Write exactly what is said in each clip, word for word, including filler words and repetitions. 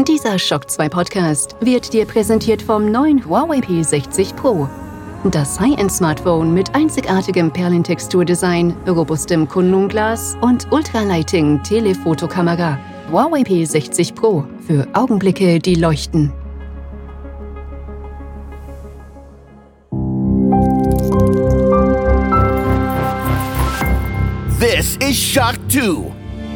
Dieser Shock zwei Podcast wird dir präsentiert vom neuen Huawei P sechzig Pro. Das High-End-Smartphone mit einzigartigem Perlentexturdesign, robustem Kunlun-Glas und Ultralighting-Telefotokamera. Huawei P sechzig Pro für Augenblicke, die leuchten. This is Shock two.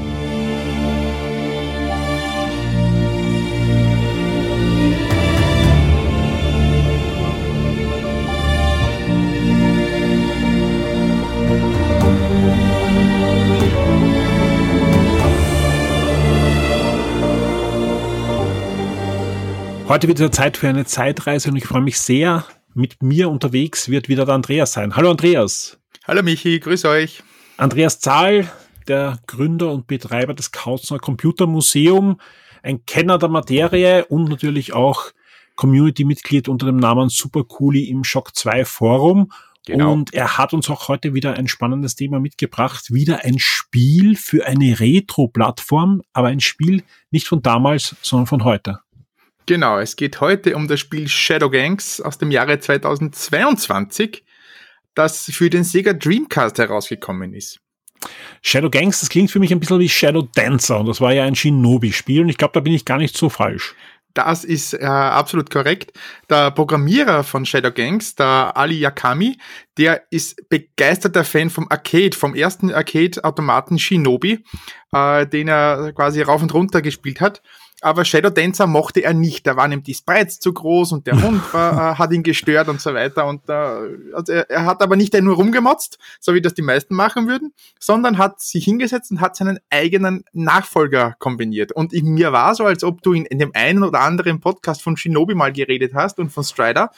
Heute wieder Zeit für eine Zeitreise und ich freue mich sehr, mit mir unterwegs wird wieder der Andreas sein. Hallo Andreas. Hallo Michi, grüß euch. Andreas Zahl, der Gründer und Betreiber des Kautzner Computermuseum, ein Kenner der Materie und natürlich auch Community-Mitglied unter dem Namen Supercooli im Shock zwei Forum. Genau. Und er hat uns auch heute wieder ein spannendes Thema mitgebracht. Wieder ein Spiel für eine Retro-Plattform, aber ein Spiel nicht von damals, sondern von heute. Genau, es geht heute um das Spiel Shadowgangs aus dem Jahre zweitausendzweiundzwanzig, das für den Sega Dreamcast herausgekommen ist. Shadowgangs, das klingt für mich ein bisschen wie Shadow Dancer und das war ja ein Shinobi-Spiel und ich glaube, da bin ich gar nicht so falsch. Das ist äh, absolut korrekt. Der Programmierer von Shadowgangs, der Ali Yakami, der ist begeisterter Fan vom Arcade, vom ersten Arcade-Automaten Shinobi, äh, den er quasi rauf und runter gespielt hat. Aber Shadow Dancer mochte er nicht. Da waren ihm die Sprites zu groß und der Hund war, äh, hat ihn gestört und so weiter. Und äh, also er, er hat aber nicht nur rumgemotzt, so wie das die meisten machen würden, sondern hat sich hingesetzt und hat seinen eigenen Nachfolger kombiniert. Und ich, mir war so, als ob du in, in dem einen oder anderen Podcast von Shinobi mal geredet hast und von Strider.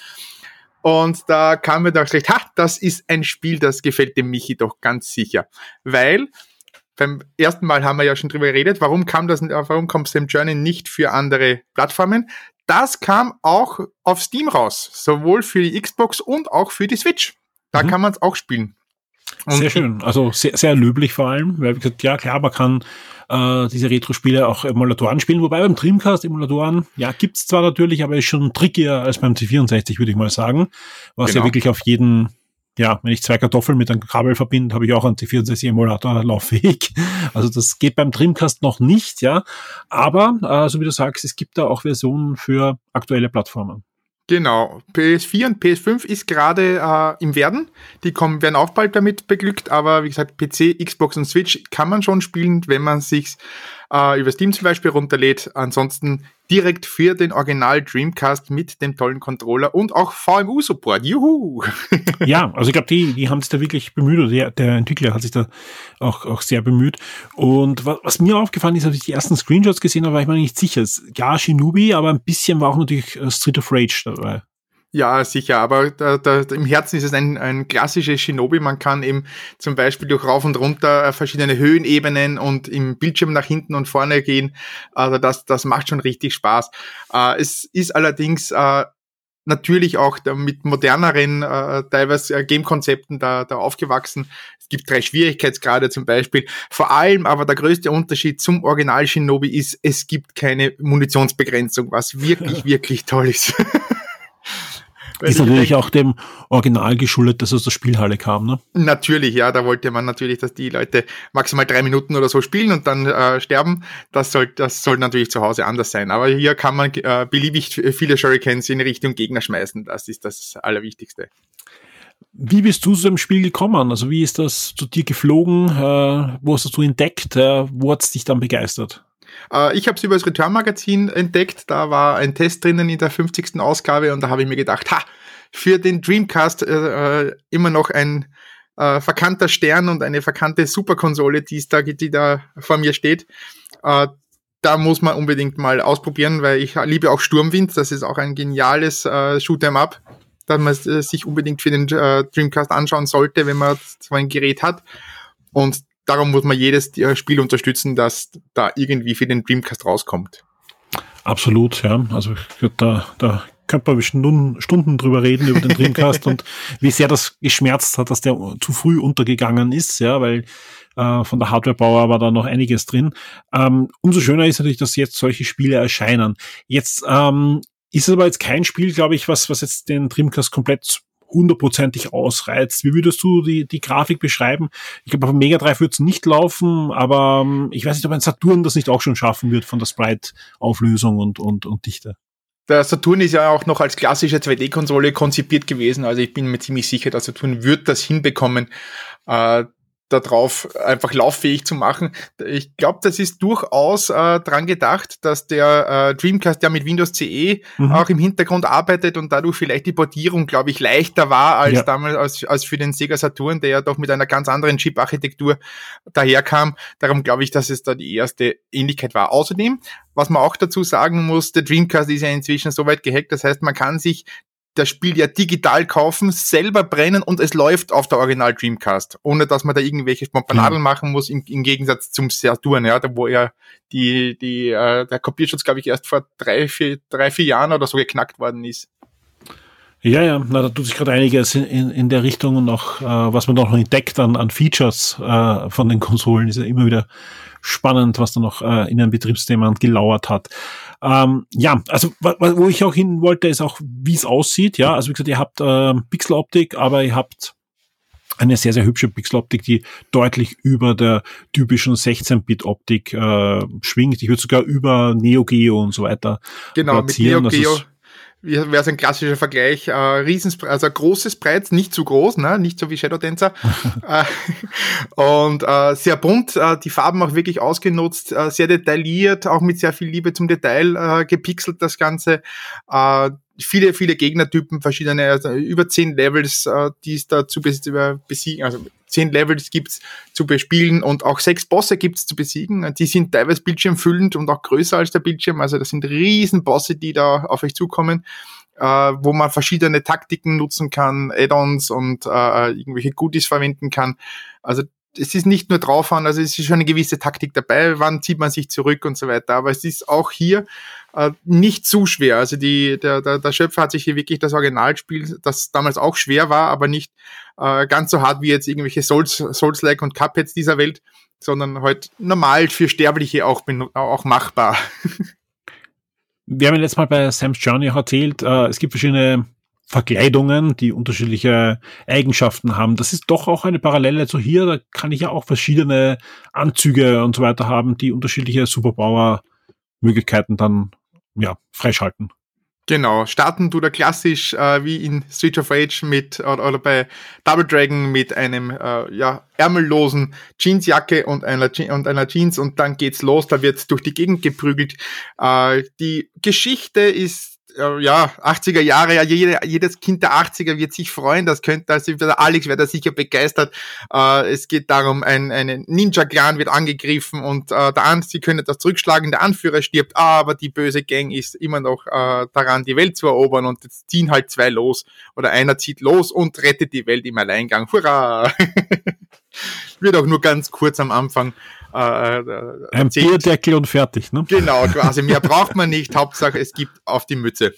Und da kam mir doch schlecht, ha, das ist ein Spiel, das gefällt dem Michi doch ganz sicher. Weil beim ersten Mal haben wir ja schon drüber geredet, warum kam das, warum kommt Sam Journey nicht für andere Plattformen? Das kam auch auf Steam raus, sowohl für die Xbox und auch für die Switch. Da mhm. kann man es auch spielen. Und sehr schön, also sehr, sehr löblich vor allem, weil wie gesagt, ja klar, man kann äh, diese Retro-Spiele auch Emulatoren spielen, wobei beim Dreamcast Emulatoren, ja, gibt's zwar natürlich, aber ist schon trickier als beim C vierundsechzig, würde ich mal sagen, was genau. ja wirklich auf jeden, ja, wenn ich zwei Kartoffeln mit einem Kabel verbinde, habe ich auch einen C vierundsechzig Emulator lauffähig. Also das geht beim Dreamcast noch nicht, ja. Aber, äh, so wie du sagst, es gibt da auch Versionen für aktuelle Plattformen. Genau. P S vier und P S fünf ist gerade äh, im Werden. Die kommen, werden auch bald damit beglückt, aber wie gesagt, P C, Xbox und Switch kann man schon spielen, wenn man sich's äh, über Steam zum Beispiel runterlädt. Ansonsten direkt für den Original Dreamcast mit dem tollen Controller und auch V M U-Support. Juhu! Ja, also ich glaube, die, die haben sich da wirklich bemüht, oder der, der Entwickler hat sich da auch, auch sehr bemüht. Und was, was mir aufgefallen ist, als ich die ersten Screenshots gesehen habe, war ich mir nicht sicher. Ja, Shinobi, aber ein bisschen war auch natürlich Street of Rage dabei. Ja, sicher, aber da, da, im Herzen ist es ein, ein klassisches Shinobi. Man kann eben zum Beispiel durch rauf und runter verschiedene Höhenebenen und im Bildschirm nach hinten und vorne gehen. Also das, das macht schon richtig Spaß. Äh, es ist allerdings äh, natürlich auch da mit moderneren, äh, teilweise äh, Game-Konzepten da, da aufgewachsen. Es gibt drei Schwierigkeitsgrade zum Beispiel. Vor allem aber der größte Unterschied zum Original Shinobi ist, es gibt keine Munitionsbegrenzung, was wirklich, wirklich toll ist. Ist natürlich auch dem Original geschuldet, dass aus der Spielhalle kam, ne? Natürlich, ja, da wollte man natürlich, dass die Leute maximal drei Minuten oder so spielen und dann äh, sterben. Das soll, das soll natürlich zu Hause anders sein. Aber hier kann man äh, beliebig viele Shurikens in Richtung Gegner schmeißen. Das ist das Allerwichtigste. Wie bist du zu dem Spiel gekommen? Also wie ist das zu dir geflogen? Äh, wo hast du es entdeckt? Äh, wo hat es dich dann begeistert? Ich habe es über das Return-Magazin entdeckt, da war ein Test drinnen in der fünfzigsten Ausgabe und da habe ich mir gedacht, ha, für den Dreamcast äh, immer noch ein äh, verkannter Stern und eine verkannte Superkonsole, die ist da, die da vor mir steht. Äh, da muss man unbedingt mal ausprobieren, weil ich liebe auch Sturmwind, das ist auch ein geniales äh, Shoot'em-up, das man äh, sich unbedingt für den äh, Dreamcast anschauen sollte, wenn man so ein Gerät hat. Und darum muss man jedes Spiel unterstützen, das da irgendwie für den Dreamcast rauskommt. Absolut, ja. Also da, da könnte man Stunden, Stunden drüber reden, über den Dreamcast und wie sehr das geschmerzt hat, dass der zu früh untergegangen ist, ja, weil äh, von der Hardware-Power war da noch einiges drin. Ähm, umso schöner ist natürlich, dass jetzt solche Spiele erscheinen. Jetzt ähm, ist es aber jetzt kein Spiel, glaube ich, was was jetzt den Dreamcast komplett hundertprozentig ausreizt. Wie würdest du die die Grafik beschreiben? Ich glaube, auf dem Mega Drive wird es nicht laufen, aber ähm, ich weiß nicht, ob ein Saturn das nicht auch schon schaffen wird von der Sprite-Auflösung und und und Dichte. Der Saturn ist ja auch noch als klassische zwei D-Konsole konzipiert gewesen, also ich bin mir ziemlich sicher, der Saturn wird das hinbekommen, äh, darauf einfach lauffähig zu machen. Ich glaube, das ist durchaus äh, dran gedacht, dass der äh, Dreamcast ja mit Windows C E mhm. auch im Hintergrund arbeitet und dadurch vielleicht die Portierung, glaube ich, leichter war als ja. damals als, als für den Sega Saturn, der ja doch mit einer ganz anderen Chip-Architektur daherkam. Darum glaube ich, dass es da die erste Ähnlichkeit war. Außerdem, was man auch dazu sagen muss, der Dreamcast ist ja inzwischen so weit gehackt, das heißt, man kann sich das Spiel ja digital kaufen, selber brennen und es läuft auf der Original Dreamcast, ohne dass man da irgendwelche Spompanadeln mhm. machen muss, im, im Gegensatz zum Saturn, ja, da wo er die, die, äh, der Kopierschutz, glaube ich, erst vor drei, vier, drei, vier Jahren oder so geknackt worden ist. Ja, ja, na, da tut sich gerade einiges in, in, in der Richtung und auch, äh, was man noch entdeckt an, an Features äh, von den Konsolen, ist ja immer wieder spannend, was da noch äh, in den Betriebssystemen gelauert hat. Ähm, ja, also wo ich auch hin wollte, ist auch, wie es aussieht. Ja, also wie gesagt, ihr habt äh, Pixeloptik, aber ihr habt eine sehr, sehr hübsche Pixeloptik, die deutlich über der typischen sechzehn-Bit-Optik äh, schwingt. Ich würde sogar über Neo Geo und so weiter genau, platzieren. Mit Neo Geo wäre es ein klassischer Vergleich, äh, riesens, also großes Brett, nicht zu groß, ne, nicht so wie Shadow Dancer, äh, und äh, sehr bunt, äh, die Farben auch wirklich ausgenutzt, äh, sehr detailliert, auch mit sehr viel Liebe zum Detail äh, gepixelt das Ganze, äh, viele, viele Gegnertypen, verschiedene, also über zehn Levels, äh, die es da zu besiegen, also zehn Levels gibt's zu bespielen und auch sechs Bosse gibt's zu besiegen. Die sind teilweise bildschirmfüllend und auch größer als der Bildschirm. Also das sind riesen Bosse, die da auf euch zukommen, äh, wo man verschiedene Taktiken nutzen kann, Add-ons und äh, irgendwelche Goodies verwenden kann. Also es ist nicht nur draufhauen, also es ist schon eine gewisse Taktik dabei, wann zieht man sich zurück und so weiter. Aber es ist auch hier äh, nicht zu schwer. Also die, der, der, der Schöpfer hat sich hier wirklich das Originalspiel, das damals auch schwer war, aber nicht äh, ganz so hart wie jetzt irgendwelche Souls, Souls-like und Cupheads dieser Welt, sondern halt normal für Sterbliche auch, auch machbar. Wir haben ja letztes Mal bei Sam's Journey auch erzählt, äh, es gibt verschiedene Verkleidungen, die unterschiedliche Eigenschaften haben. Das ist doch auch eine Parallele zu hier. Da kann ich ja auch verschiedene Anzüge und so weiter haben, die unterschiedliche Superpower-Möglichkeiten dann ja freischalten. Genau, starten tut er klassisch äh, wie in Street of Rage mit oder, oder bei Double Dragon mit einem äh, ja ärmellosen Jeansjacke und einer Je- und einer Jeans und dann geht's los. Da wird durch die Gegend geprügelt. Äh, die Geschichte ist ja, achtziger Jahre, ja, jede, jedes Kind der achtziger wird sich freuen, das könnte, also der Alex wäre da sicher begeistert. Äh, es geht darum, ein, ein Ninja-Clan wird angegriffen und äh, der An- sie können das zurückschlagen, der Anführer stirbt, aber die böse Gang ist immer noch äh, daran, die Welt zu erobern und jetzt ziehen halt zwei los oder einer zieht los und rettet die Welt im Alleingang. Hurra! Wird auch nur ganz kurz am Anfang äh, ein Bierdeckel und fertig, ne? Genau, quasi mehr braucht man nicht, Hauptsache es gibt auf die Mütze.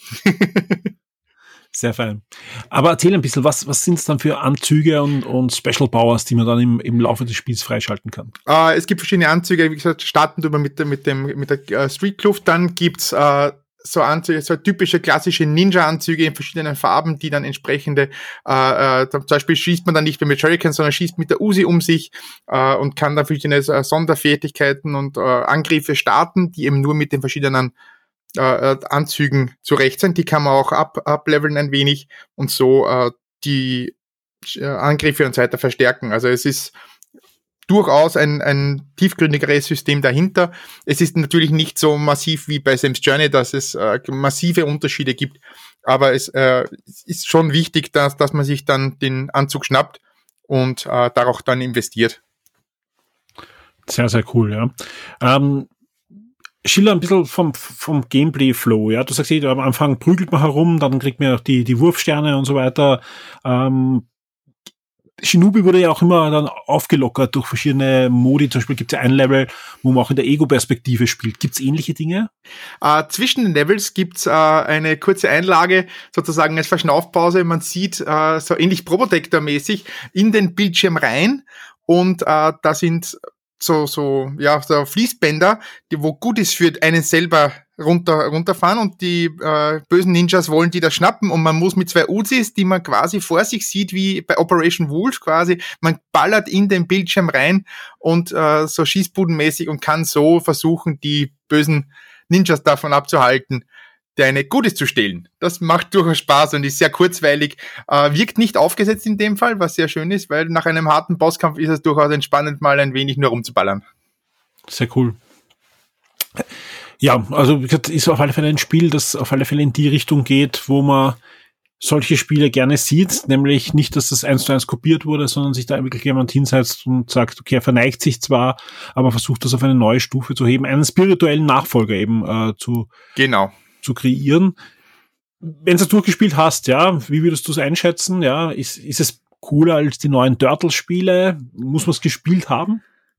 Sehr fein. Aber erzähl ein bisschen, was was sind es dann für Anzüge und, und Special Powers, die man dann im, im Laufe des Spiels freischalten kann? Äh, es gibt verschiedene Anzüge, wie gesagt, starten wir mit, mit, dem, mit der äh, Street-Kluft, dann gibt's äh, so Anzüge, so typische klassische Ninja-Anzüge in verschiedenen Farben, die dann entsprechende, äh, äh, zum Beispiel schießt man dann nicht mehr mit Shuriken, sondern schießt mit der Uzi um sich äh, und kann dann verschiedene äh, Sonderfertigkeiten und äh, Angriffe starten, die eben nur mit den verschiedenen äh, Anzügen zurecht sind. Die kann man auch up, upleveln ein wenig und so äh, die äh, Angriffe und so weiter verstärken. Also es ist durchaus ein, ein tiefgründigeres System dahinter. Es ist natürlich nicht so massiv wie bei Sam's Journey, dass es äh, massive Unterschiede gibt, aber es äh, ist schon wichtig, dass, dass man sich dann den Anzug schnappt und äh, darauf dann investiert. Sehr, sehr cool, ja. Ähm, schilder ein bisschen vom, vom Gameplay-Flow, ja. Du sagst, am Anfang prügelt man herum, dann kriegt man auch die, die Wurfsterne und so weiter. Ähm, Shinobi wurde ja auch immer dann aufgelockert durch verschiedene Modi. Zum Beispiel gibt es ja ein Level, wo man auch in der Ego-Perspektive spielt. Gibt es ähnliche Dinge? Äh, zwischen den Levels gibt's äh, eine kurze Einlage, sozusagen als Verschnaufpause. Man sieht äh, so ähnlich Probotector-mäßig in den Bildschirm rein und äh, da sind so so ja so Fließbänder, die wo gut ist für einen selber runter runterfahren und die äh, bösen Ninjas wollen die da schnappen und man muss mit zwei Uzis, die man quasi vor sich sieht wie bei Operation Wolf quasi, man ballert in den Bildschirm rein und äh, so schießbudenmäßig und kann so versuchen, die bösen Ninjas davon abzuhalten, deine Goodies zu stehlen. Das macht durchaus Spaß und ist sehr kurzweilig, äh, wirkt nicht aufgesetzt in dem Fall, was sehr schön ist, weil nach einem harten Bosskampf ist es durchaus entspannend, mal ein wenig nur rumzuballern. Sehr cool. Ja, also wie gesagt, ist auf alle Fälle ein Spiel, das auf alle Fälle in die Richtung geht, wo man solche Spiele gerne sieht, nämlich nicht, dass das eins zu eins kopiert wurde, sondern sich da wirklich jemand hinsetzt und sagt, okay, er verneigt sich zwar, aber versucht das auf eine neue Stufe zu heben, einen spirituellen Nachfolger eben äh, zu, genau. zu kreieren. Wenn du es durchgespielt hast, ja, wie würdest du es einschätzen? Ja, ist, ist es cooler als die neuen Turtles-Spiele? Muss man es gespielt haben?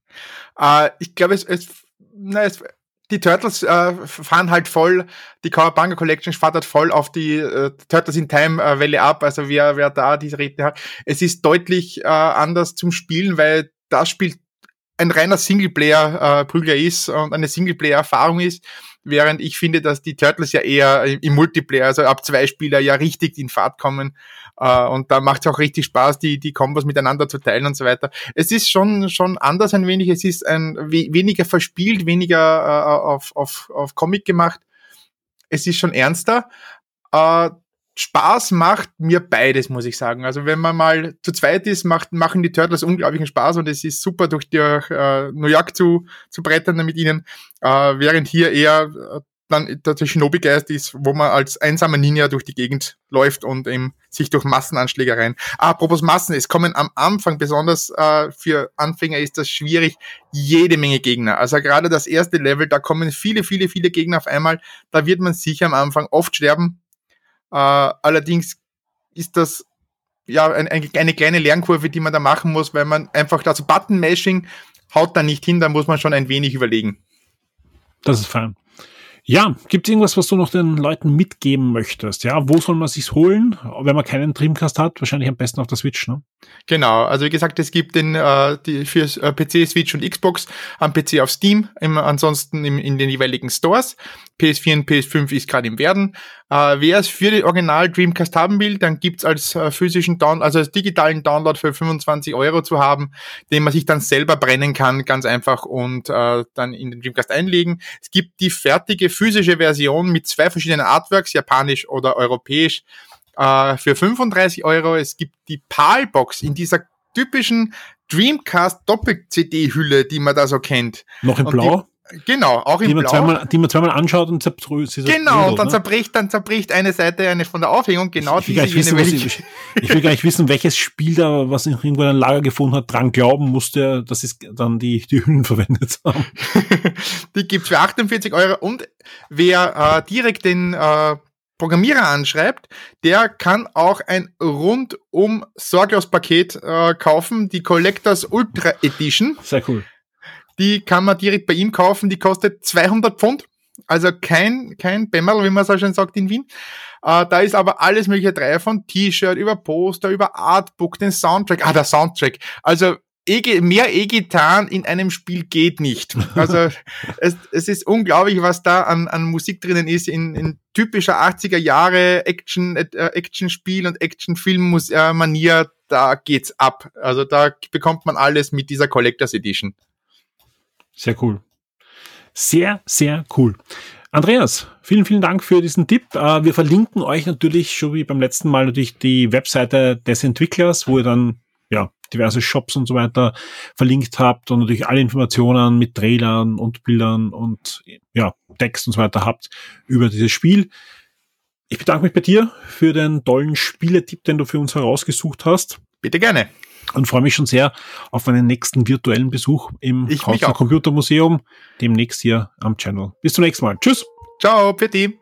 Äh, ich glaube, es, es, na, es die Turtles äh, fahren halt voll, die Cowabunga Collection fährt halt voll auf die äh, Turtles in Time äh, Welle ab, also wer wer da diese Rede hat. Es ist deutlich äh, anders zum Spielen, weil das spielt ein reiner Singleplayer-Prügler äh, ist und eine Singleplayer-Erfahrung ist, während ich finde, dass die Turtles ja eher im Multiplayer, also ab zwei Spieler ja richtig in Fahrt kommen äh, und da macht es auch richtig Spaß, die die Kombos miteinander zu teilen und so weiter. Es ist schon schon anders ein wenig, es ist ein we- weniger verspielt, weniger äh, auf auf auf Comic gemacht. Es ist schon ernster. Äh, Spaß macht mir beides, muss ich sagen. Also wenn man mal zu zweit ist, macht, machen die Turtles unglaublichen Spaß und es ist super, durch die äh, New York zu, zu brettern mit ihnen, äh, während hier eher äh, dann der Shinobi-Geist ist, wo man als einsamer Ninja durch die Gegend läuft und eben sich durch Massenanschlägereien. Ah, apropos Massen, es kommen am Anfang, besonders äh, für Anfänger ist das schwierig, jede Menge Gegner. Also gerade das erste Level, da kommen viele, viele, viele Gegner auf einmal. Da wird man sicher am Anfang oft sterben. Uh, allerdings ist das ja ein, ein, eine kleine Lernkurve, die man da machen muss, weil man einfach, also Button-Mashing haut da nicht hin, da muss man schon ein wenig überlegen. Das ist fein. Ja, gibt es irgendwas, was du noch den Leuten mitgeben möchtest? Ja, wo soll man sich's holen, wenn man keinen Dreamcast hat? Wahrscheinlich am besten auf der Switch, ne? Genau, also wie gesagt, es gibt den äh, die für äh, P C, Switch und Xbox am P C auf Steam, im, ansonsten im, in den jeweiligen Stores. P S vier und P S fünf ist gerade im Werden. Äh, wer es für den Original Dreamcast haben will, dann gibt's als äh, physischen Download, also als digitalen Download für fünfundzwanzig Euro zu haben, den man sich dann selber brennen kann, ganz einfach, und äh, dann in den Dreamcast einlegen. Es gibt die fertige physische Version mit zwei verschiedenen Artworks, japanisch oder europäisch, äh, für fünfunddreißig Euro. Es gibt die PAL-Box in dieser typischen Dreamcast Doppel-C D-Hülle, die man da so kennt. Noch in und Blau? Die, Genau, auch in die man Blau. Zweimal, die man zweimal anschaut und zerbröselt. Genau, und dann ne? zerbricht, dann zerbricht eine Seite eine von der Aufhängung, genau ich will diese wissen, jene, ich, ich will gar nicht wissen, welches Spiel da, was irgendwo in einem Lager gefunden hat, dran glauben musste, dass es dann die, die Hüllen verwendet haben. Die gibt's für achtundvierzig Euro, und wer äh, direkt den äh, Programmierer anschreibt, der kann auch ein rundum sorglos Paket äh, kaufen, die Collectors Ultra Edition. Sehr cool. Die kann man direkt bei ihm kaufen, die kostet zweihundert Pfund, also kein kein Bämmerl, wie man so schön sagt in Wien. Äh, da ist aber alles mögliche drei, von T-Shirt über Poster, über Artbook, den Soundtrack, ah, der Soundtrack, also E- mehr E-Gitarren in einem Spiel geht nicht. Also es, es ist unglaublich, was da an, an Musik drinnen ist, in, in typischer achtziger Jahre Action, äh, Action-Spiel und Action-Film-Manier, äh, da geht's ab. Also da bekommt man alles mit dieser Collectors Edition. Sehr cool. Sehr, sehr cool. Andreas, vielen, vielen Dank für diesen Tipp. Wir verlinken euch natürlich, schon wie beim letzten Mal, natürlich die Webseite des Entwicklers, wo ihr dann ja diverse Shops und so weiter verlinkt habt und natürlich alle Informationen mit Trailern und Bildern und ja Text und so weiter habt über dieses Spiel. Ich bedanke mich bei dir für den tollen Spieletipp, den du für uns herausgesucht hast. Bitte gerne. Und freue mich schon sehr auf meinen nächsten virtuellen Besuch im Chaos Computer Museum, demnächst hier am Channel. Bis zum nächsten Mal. Tschüss. Ciao, Pitti.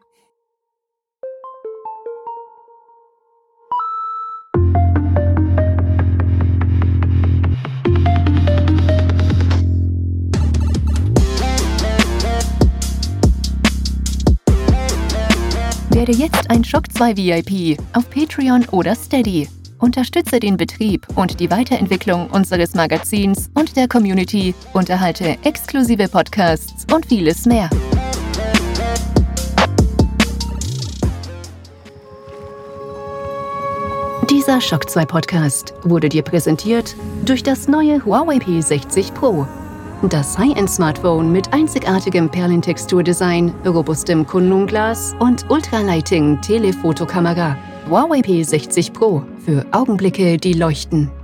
Werde jetzt ein Shock zwei V I P auf Patreon oder Steady. Unterstütze den Betrieb und die Weiterentwicklung unseres Magazins und der Community, unterhalte exklusive Podcasts und vieles mehr. Dieser Shock zwei Podcast wurde dir präsentiert durch das neue Huawei P sechzig Pro. Das High-End-Smartphone mit einzigartigem Perlentexturdesign, robustem Kunlun-Glas und Ultralighting-Telefotokamera. Huawei P sechzig Pro für Augenblicke, die leuchten.